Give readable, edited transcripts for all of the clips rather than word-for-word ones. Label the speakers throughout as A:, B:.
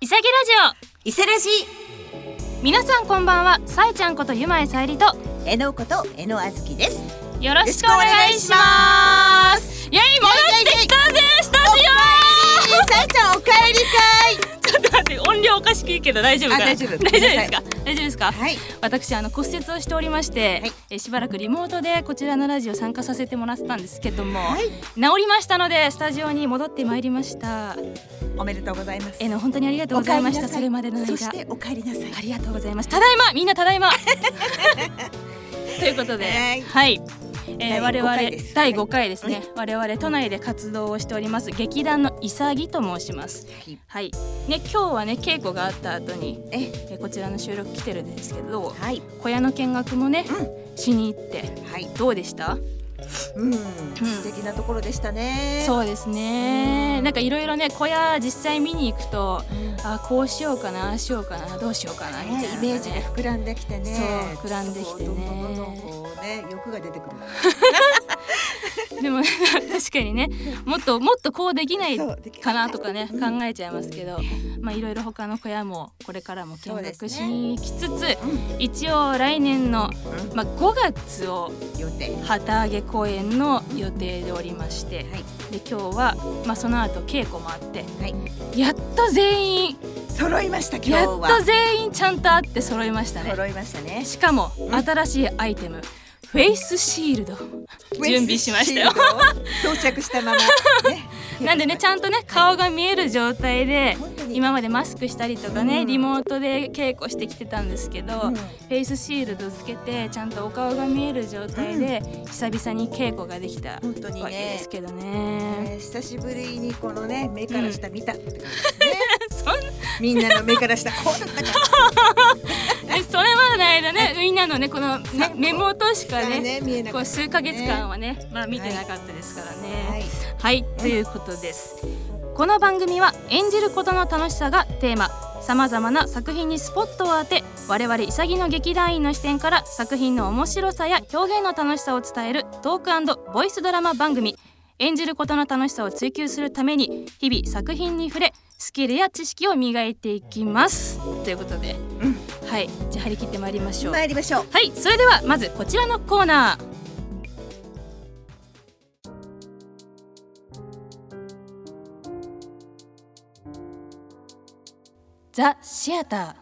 A: さぎラジ
B: オ伊勢ラジ。
A: 皆さんこんばんは。さえちゃんことゆまえさゆりと
B: えのことえのあずきです。
A: よろしくお願いします。イエイ、戻ってきたぜスタジオ。
B: さえちゃんお帰りかい。
A: ちょっと待って、音量おかしくいいけど大丈夫かな。
B: 大丈夫
A: ですか。大丈夫ですか。
B: はい、
A: 私骨折をしておりまして、はい、しばらくリモートでこちらのラジオ参加させてもらってたんですけども、はい、治りましたのでスタジオに戻ってまいりました。
B: おめでとうございます。
A: 本当にありがとうございました。それまでの間
B: そしてお帰りなさい。
A: ありがとうございます。ただいま、みんなただいまということで、はい、我々第5回ですね、我々都内で活動をしております劇団のいさぎと申します。はい、ね、今日はね稽古があった後にこちらの収録来てるんですけど、はい、小屋の見学もね、しに行って、はい、どうでした？
B: 素敵なところでしたね。
A: そうですね。なんかいろいろね小屋実際見に行くと、こうしようかな、ああしようかな、どうしようかなみたいな、
B: イメージが膨らんできてね。
A: そう膨らんできてね。
B: 欲が出てくる。
A: でも確かにね、もっとこうできないかなとかね考えちゃいますけど、いろいろ他の小屋もこれからも見学しに来つつ、一応来年の、5月を旗揚げ公演の予定でおりまして、で今日は、その後稽古もあって、やっと全員
B: 揃いました。今日は
A: やっと全員ちゃんと会って揃いましたね。
B: 揃いましたね。
A: しかも新しいアイテム、フェイスシールド準備しましたよ。
B: 装着したまま、
A: なんでね、ちゃんとね顔が見える状態で、今までマスクしたりとかね、リモートで稽古してきてたんですけど、フェイスシールドつけてちゃんとお顔が見える状態で、久々に稽古ができたわけですけどね。
B: 久しぶりにこのね目から下見たって感じですね。みんなの目から下こうだったから
A: それまでの間ね、みんなのねこのね目元しかねこう数ヶ月間はね見てなかったですからね。はい、ということです。この番組は演じることの楽しさがテーマ、さまざまな作品にスポットを当て、我々いさぎの劇団員の視点から作品の面白さや表現の楽しさを伝えるトーク&ボイスドラマ番組。演じることの楽しさを追求するために日々作品に触れ、スキルや知識を磨いていきますということで、はい、じゃあ張り切ってまいりましょう。はい、それではまずこちらのコーナー、ザ・シアター。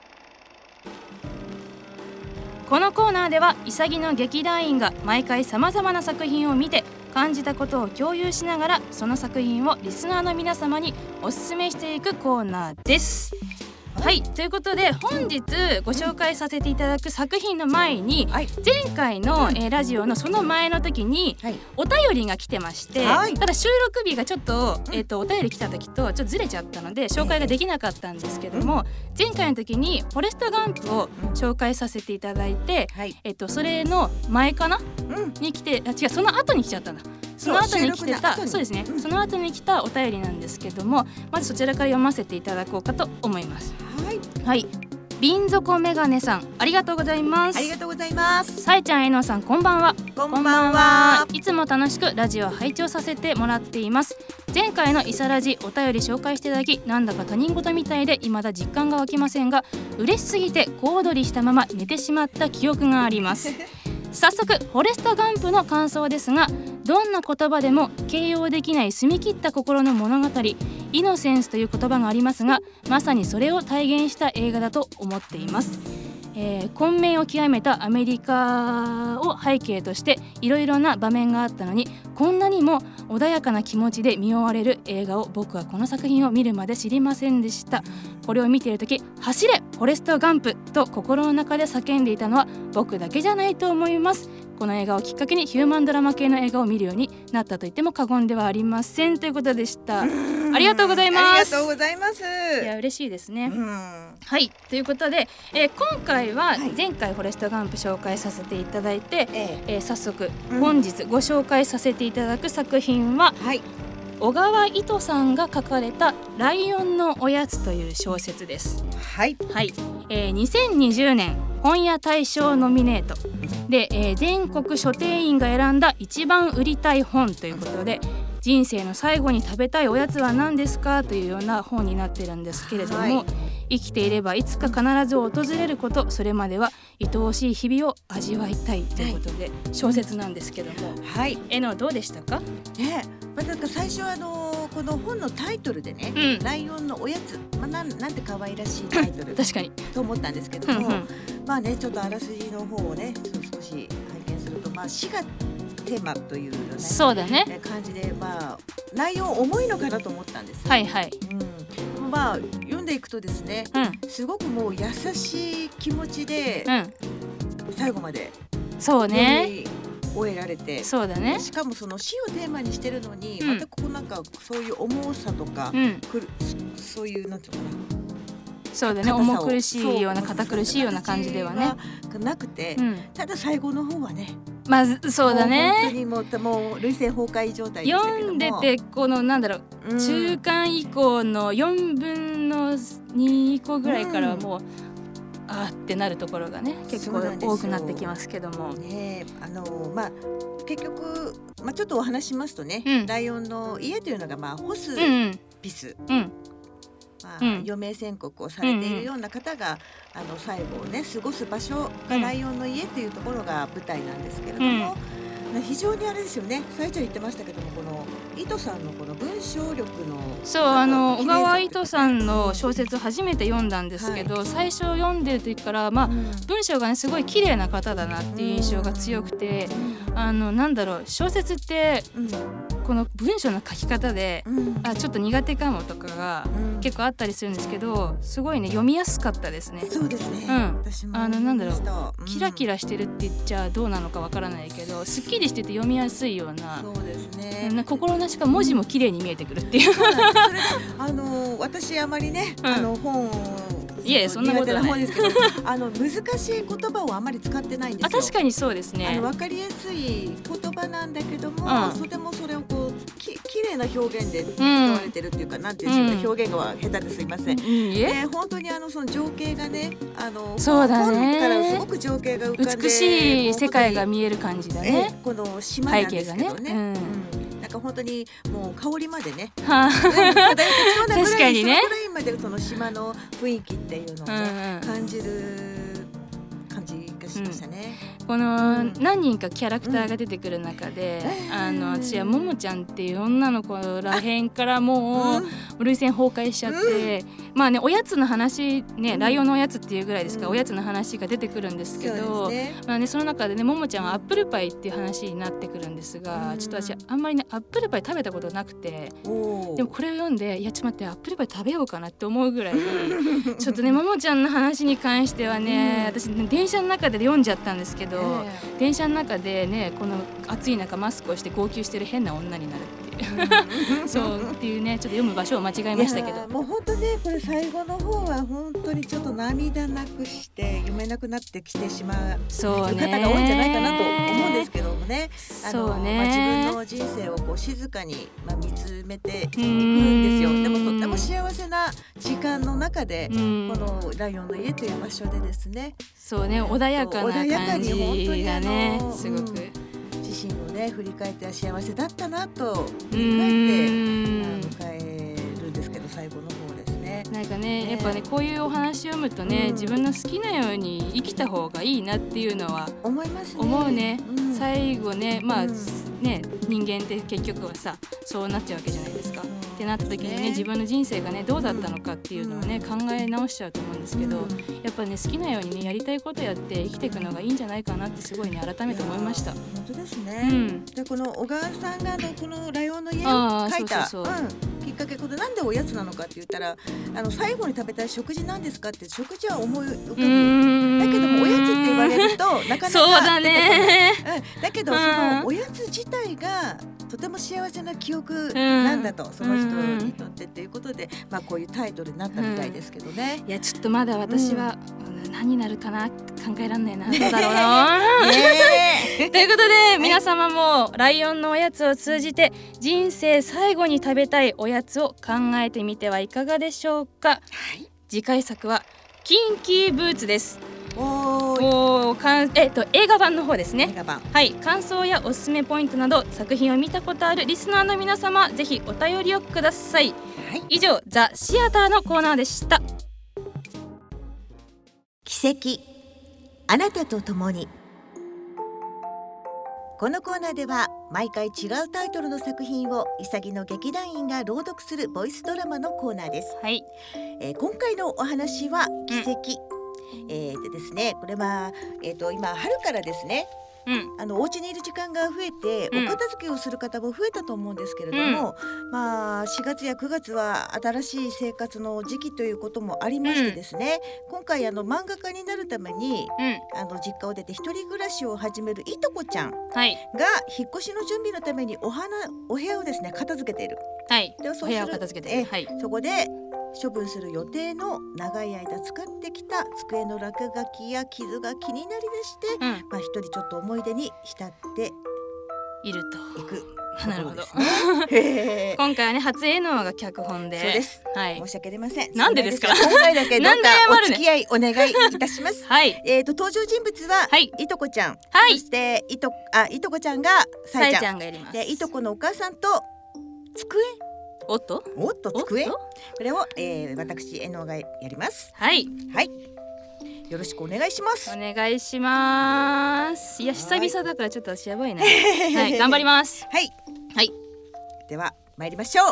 A: このコーナーではいさぎの劇団員が毎回さまざまな作品を見て感じたことを共有しながら、その作品をリスナーの皆様におすすめしていくコーナーです。はい、ということで本日ご紹介させていただく作品の前に、前回の、ラジオのその前の時に、お便りが来てまして、ただ収録日がちょっと、お便り来た時とちょっとずれちゃったので紹介ができなかったんですけども、前回の時にフォレストガンプを紹介させていただいて、それの前かな、に来て、違う、その後に来ちゃったんだ。その後に来てた、そうですね、その後に来たお便りなんですけども、まずそちらから読ませていただこうかと思います。はい、瓶底メガネさん、ありがとうございます。
B: ありがとうございます。
A: さえちゃん、えのさん、こんばんは。
B: こんばんは。
A: いつも楽しくラジオを拝聴させてもらっています。前回のいさラジお便り紹介していただき、なんだか他人事みたいで未だ実感が湧きませんが、嬉しすぎて小躍りしたまま寝てしまった記憶があります早速フォレストガンプの感想ですが、どんな言葉でも形容できない澄み切った心の物語、イノセンスという言葉がありますが、まさにそれを体現した映画だと思っています。混迷を極めたアメリカを背景としていろいろな場面があったのに、こんなにも穏やかな気持ちで見終われる映画を僕はこの作品を見るまで知りませんでした。これを見ているとき、走れフォレストガンプと心の中で叫んでいたのは僕だけじゃないと思います。この映画をきっかけにヒューマンドラマ系の映画を見るようになったと言っても過言ではありませんということでした。ありがとうございます。
B: ありがとうございます。
A: いや嬉しいですね。はい、ということで、今回は前回フォレストガンプ紹介させていただいて、早速本日ご紹介させていただく作品は、小川糸さんが書かれたライオンのおやつという小説です。2020年本屋大賞ノミネートで、全国書店員が選んだ一番売りたい本ということで、 人生の最後に食べたいおやつは何ですかというような本になってるんですけれども、はい、生きていればいつか必ず訪れること、それまでは愛おしい日々を味わいたいということで、小説なんですけども、はい、どうでしたか？
B: なんか最初この本のタイトルでね、ライオンのおやつ、なんて可愛らしいタイトル
A: 確かに
B: と思ったんですけども、ちょっとあらすじの方をね少し拝見すると、死がテーマというような、
A: そうだね、
B: 感じで、内容重いのかなと思ったんです。
A: はいはい、
B: 読んでいくとですね、すごくもう優しい気持ちで、最後まで
A: そうね
B: 終えられて、
A: そうだね、
B: しかもその死をテーマにしてるのに、またここなんかそういう重さとか、そういうなんていうかな、
A: そうだね、重苦しいような堅苦しいような感じではね
B: なくて、ただ最後の方はね、
A: そうだね、
B: 本当にもう涙腺崩壊状態でしたけども、
A: 読んでてこの中間以降の4分の2以降ぐらいからもう、あーってなるところがね結構多くなってきますけども、
B: 結局、ちょっとお話しますとね、ライオンの家というのがホスピス、余命宣告をされているような方が、最後をね過ごす場所がライオンの家というところが舞台なんですけれども、非常にあれですよね、最初言ってましたけども、この糸さんのこの文章力の、
A: そう小川糸さんの小説初めて読んだんですけど、最初読んでる時から文章がねすごい綺麗な方だなっていう印象が強くて、小説って、この文章の書き方で、ちょっと苦手かもとかが結構あったりするんですけど、すごいね読みやすかったですね。
B: そうですね、私も
A: キラキラしてるって言っちゃどうなのかわからないけど、すっきりしてて読みやすいような、
B: そうですね、
A: 心なしか文字も綺麗に見えてくるっていう、
B: 私あまりね、本
A: そんなことない
B: ですけど難しい言葉をあまり使ってないんですよ。
A: 確かにそうですね、
B: 分かりやすい言葉なんだけども、とてもそれを綺麗な表現で使われてるっていうか、なんていうんでしょうか、表現が下手ですいません。本当にその情景がね、
A: そうだね、
B: 本からすごく情景が浮かんで、
A: 美しい世界が見える感じだね、
B: この島なんですけどね、なんか本当にもう香りまでね、漂ってきそうなぐらい、
A: 確かにね、
B: そのぐらいまでその島の雰囲気っていうのをね、感じる感じがしましたね。
A: この何人かキャラクターが出てくる中で、私はももちゃんっていう女の子らへんからもう涙腺崩壊しちゃって、おやつの話ね、ライオンのおやつっていうぐらいですから、おやつの話が出てくるんですけど、その中でね、ももちゃんはアップルパイっていう話になってくるんですが、ちょっと私あんまりねアップルパイ食べたことなくて、でもこれを読んで、いやちょっと待って、アップルパイ食べようかなって思うぐらいちょっとね、ももちゃんの話に関してはね、私ね電車の中で読んじゃったんですけど、電車の中でね、この暑い中マスクをして号泣してる変な女になるっていうそうっていうね、ちょっと読む場所を間違えましたけど、
B: もう本当ね、これ最後の方は本当にちょっと涙なくして読めなくなってきてしまう方が多いんじゃないかなと思うんですけどもね、自分の人生を静かに見つめていくんですよ。でもとっても幸せな時間の中で、このライオンの家という場所でですね、
A: そうね、穏やかな感じだね、すごく。
B: 自身をね振り返って幸せだったなと振り返って迎えるんですけど、最後の方ですね。
A: なんかね、やっぱね、こういうお話を読むとね、自分の好きなように生きた方がいいなっていうのは
B: 思いますね。
A: 思うね。最後ね、ね、人間って結局はさ、そうなっちゃうわけじゃないですか。ってなった時にね、自分の人生がねどうだったのかっていうのをね、考え直しちゃうと思うんですけど、やっぱね好きなようにねやりたいことやって生きていくのがいいんじゃないかなってすごいね改めて思いました。
B: 本当ですね。でこの小川さんがこのライオンの家を書いたきっかけ、これなんでおやつなのかって言ったら、最後に食べたい食事なんですかって、食事は思い浮かぶ。だけどもおやつって言われるとなかなか
A: そうだね。
B: だけどそのおやつ自体がとても幸せな記憶なんだと、その人にとってっていうことで、こういうタイトルになったみたいですけどね。
A: いやちょっとまだ私は、何になるかな考えらんねえな、どうだろうなということで、皆様もライオンのおやつを通じて人生最後に食べたいおやつを考えてみてはいかがでしょうか。次回作はキンキーブーツです。 映画版の方ですね。
B: 映画版、
A: はい、感想やおすすめポイントなど作品を見たことあるリスナーの皆様、ぜひお便りをください。
B: はい、
A: 以上ザ・シアターのコーナーでした。
B: 奇跡、あなたと共に。このコーナーでは毎回違うタイトルの作品を潔の劇団員が朗読するボイスドラマのコーナーです。
A: はい、
B: 今回のお話は奇跡、でですね、これは、今春からですね、お家にいる時間が増えて、お片付けをする方も増えたと思うんですけれども、4月や9月は新しい生活の時期ということもありましてですね、今回漫画家になるために、実家を出て一人暮らしを始めるいとこちゃんが、引っ越しの準備のためにお部屋をですね片付けている。
A: でお部屋を片付けている。
B: そこで処分する予定の長い間使ってきた机の落書きや傷が気になりだして、一人ちょっと思い出に浸って
A: いると
B: いく。
A: なるほど。今回はね、初江能が脚本で。
B: そうです。
A: 申
B: し訳ありません。
A: なんでですか。
B: 今回だけどうかお付き合いお願いいたします。登場人物は、いとこちゃん、そしていとこちゃんがさえちゃん
A: がやります。
B: で、いとこのお母さんと机。
A: おっと
B: 机。これを、私江能がやります。よろしくお願いします。
A: お願いします。いや、久々だからちょっと私やばいな。頑張ります。
B: では参りましょ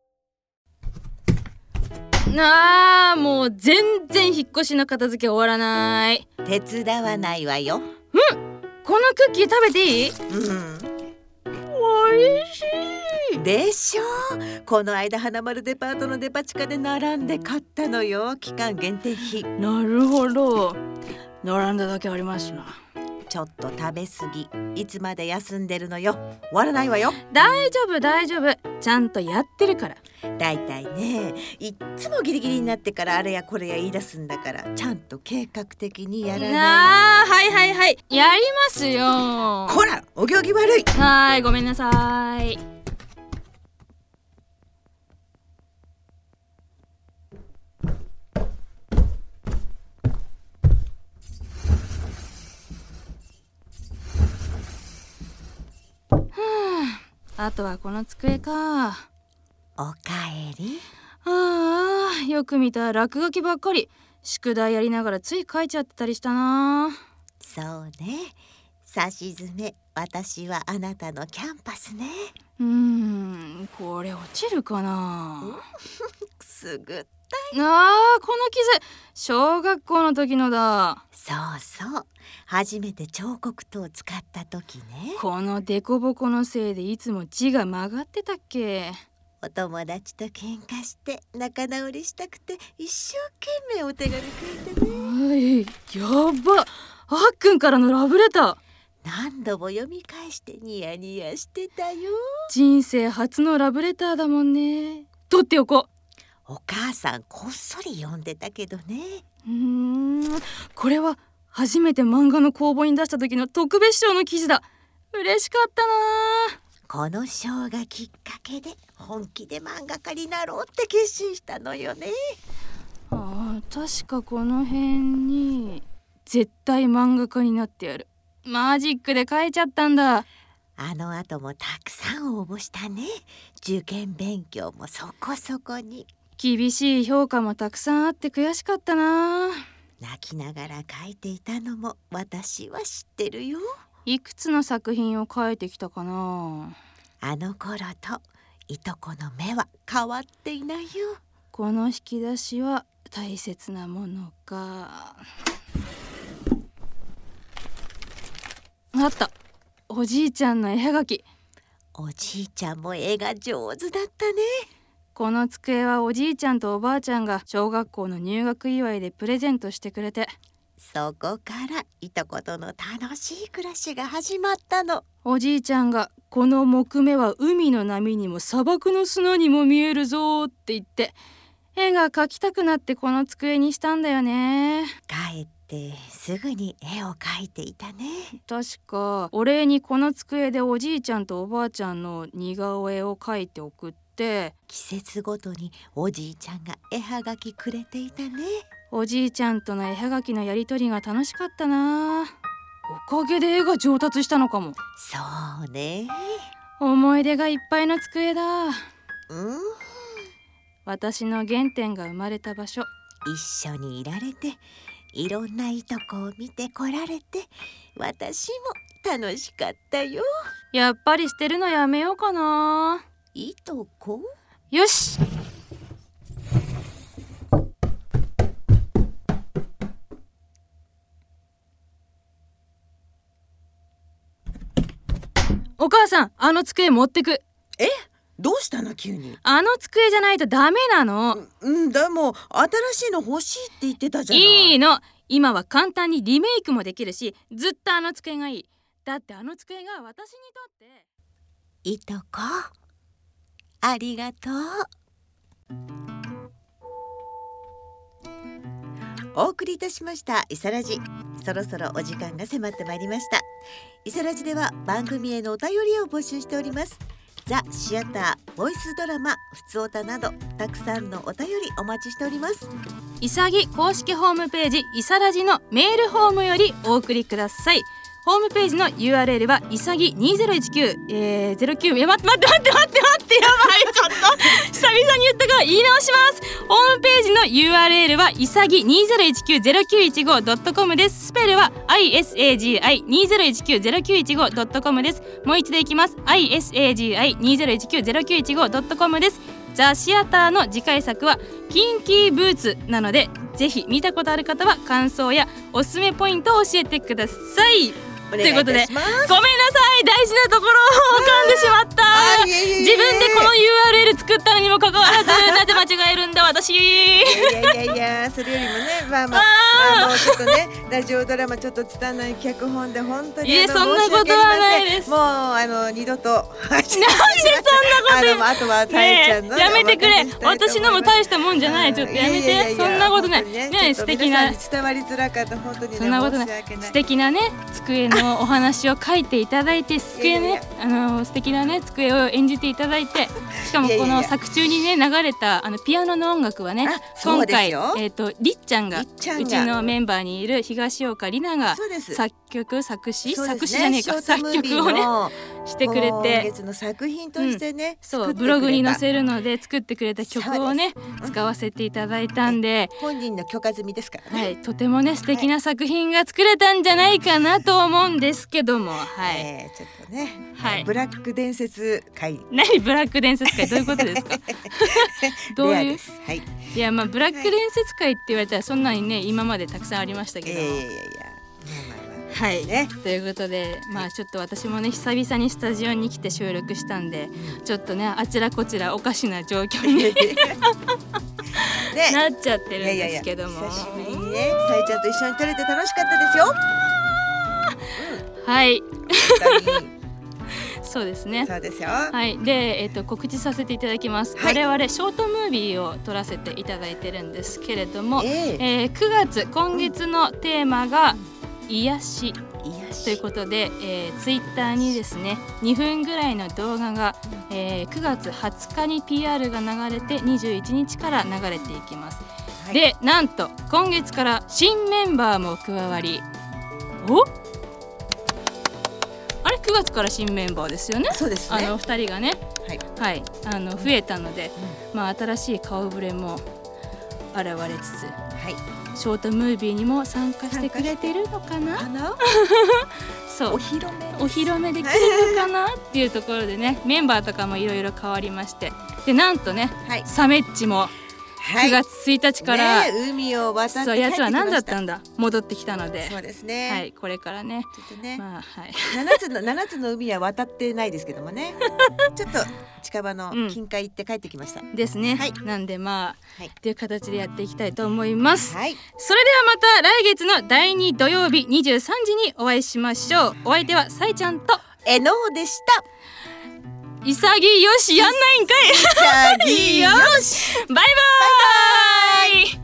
A: う。もう全然引っ越しの片付け終わらない。
B: 手伝わないわよ。
A: このクッキー食べていい？おいしい
B: でしょう。この間花丸デパートのデパ地下で並んで買ったのよ。期間限定品。
A: なるほど。並んだだけありますな。
B: ちょっと食べ過ぎ。いつまで休んでるのよ。終わらないわよ。
A: 大丈夫。ちゃんとやってるから。
B: だいたいね、いっつもギリギリになってからあれやこれや言い出すんだから、ちゃんと計画的にやらない。
A: はいやりますよ。
B: こら、お行儀悪い。
A: ごめんなさい。あとはこの机か。
B: おかえり。
A: よく見たら落書きばっかり。宿題やりながらつい書いちゃってたりしたな。
B: そうね。さしずめ、私はあなたのキャンパスね。
A: これ落ちるかな。
B: くすぐったい。
A: この傷、小学校の時のだ。
B: そう、初めて彫刻刀を使った時ね。
A: このデコボコのせいでいつも字が曲がってたっけ。
B: お友達と喧嘩して仲直りしたくて一生懸命お手紙書いてね。
A: やば、あっくんからのラブレター。
B: 何度も読み返してニヤニヤしてたよ。
A: 人生初のラブレターだもんね。取っておこう。
B: お母さんこっそり読んでたけどね。
A: これは初めて漫画の公募に出した時の特別賞の記事だ。嬉しかったな。
B: この賞がきっかけで本気で漫画家になろうって決心したのよね。
A: 確かこの辺に絶対漫画家になってやる、マジックで書いちゃったんだ。
B: あの後もたくさん応募したね。受験勉強もそこそこに。
A: 厳しい評価もたくさんあって悔しかったな。
B: 泣きながら書いていたのも私は知ってるよ。
A: いくつの作品を書いてきたかな。
B: あの頃といとこの目は変わっていないよ。
A: この引き出しは大切なものか。あった、おじいちゃんの絵はがき。
B: おじいちゃんも絵が上手だったね。
A: この机はおじいちゃんとおばあちゃんが小学校の入学祝いでプレゼントしてくれて、
B: そこからいとことの楽しい暮らしが始まったの。
A: おじいちゃんがこの木目は海の波にも砂漠の砂にも見えるぞって言って絵が描きたくなってこの机にしたんだよね。
B: 帰ってすぐに絵を描いていたね。
A: 確かお礼にこの机でおじいちゃんとおばあちゃんの似顔絵を描いて送って、
B: 季節ごとにおじいちゃんが絵はがきくれていたね。
A: おじいちゃんとの絵はがきのやり取りが楽しかったな。おかげで絵が上達したのかも。
B: そうね。
A: 思い出がいっぱいの机だ。私の原点が生まれた場所。
B: 一緒にいられて、いろんないとこを見てこられて、私も楽しかったよ。
A: やっぱり捨てるのやめようかな。
B: いとこ？
A: よし。お母さん、あの机持ってく。
B: え？どうしたの急に？
A: あの机じゃないとダメなの。
B: でも新しいの欲しいって言ってたじゃない。
A: いいの。今は簡単にリメイクもできるし、ずっとあの机がいい。だってあの机が私にとって。
B: いとこ、ありがとう。お送りいたしましたイサラジ。そろそろお時間が迫ってまいりました。イサラジでは番組へのお便りを募集しております。ザ・シアター、ボイスドラマ、ふつおたなどたくさんのお便りお待ちしております。
A: イサギ公式ホームページイサラジのメールフォームよりお送りください。ホームページの URL はいさぎ2019、09、待ってやばい、ちょっと久々に言ったから言い直します。ホームページの URL はいさぎ 2019-0915.com です。スペルは isagi2019-0915.com です。もう一度いきます。isagi2019-0915.com です。ザ・シアターの次回作はキンキーブーツなので、ぜひ見たことある方は感想やおすすめポイントを教えてください。ということで、ごめんなさい、大事なところを噛んでしまった。自分でこの URL 作ったのにもかかわらずなぜ間違えるんだ私。
B: いやそれよりもね、ちょっとねラジオドラマちょっと拙い脚本で本当に
A: そんなことはないです。
B: もう二度と
A: なんでそんなこと
B: あとはさえちゃんの
A: やめてくれ。私のも大したもんじゃない。ちょっとやめて。そんなことないね。素敵な、
B: 伝わりづらかった。本当に
A: そんなことない。素敵なね机のお話を書いていただいて、机ね、素敵なね机を演じていただいて、しかもこの作中にね流れたピアノの音楽はね、今回りっちゃんがうちのメンバーにいる東岡里奈が作曲作詞じゃねえか、作曲をねしてくれて、
B: 今月の作品としてね、
A: そうブログに載せるので作ってくれた曲をね使わせていただいたんで、
B: 本人の許可済みですからね。
A: とてもね素敵な作品が作れたんじゃないかなと思うんですけども、ちょっ
B: とね、ブラック伝説会。
A: 何ブラック伝説会、どういうことですか？どういう？いやブラック伝説会って言われたらそんなにね今までたくさんありましたけど、ということでちょっと私もね久々にスタジオに来て収録したんで、ちょっとねあちらこちらおかしな状況になっちゃってるんですけども、
B: 久しぶりにねさえちゃんと一緒に撮れて楽しかったですよ。
A: そうですね。
B: そうですよ。
A: で、告知させていただきます。我々ショートムービーを撮らせていただいてるんですけれども、9月今月のテーマが癒しということで、ツイッターにですね2分ぐらいの動画が、9月20日に PR が流れて21日から流れていきます。でなんと今月から新メンバーも加わり、あれ9月から新メンバーですよね。
B: そうですね。
A: 2人がね、増えたので、新しい顔ぶれも現れつつ、ショートムービーにも参加してくれてるのかな。そうお披露目できるのかなっていうところでね、メンバーとかもいろいろ変わりまして、でなんとね、サメッチも9月1日から、
B: 海を渡って帰ってきました。
A: やつは何だったんだ、戻ってきたので、
B: そうですね。
A: これからね、
B: 7つの海は渡ってないですけどもねちょっと近場の近海行って帰ってきました
A: ですね。なんでっていう形でやっていきたいと思います。それではまた来月の第2土曜日23時にお会いしましょう。お相手はさえちゃんと
B: えのうでした。
A: 潔よしやんないんかい。
B: 潔よし
A: バイバーイ。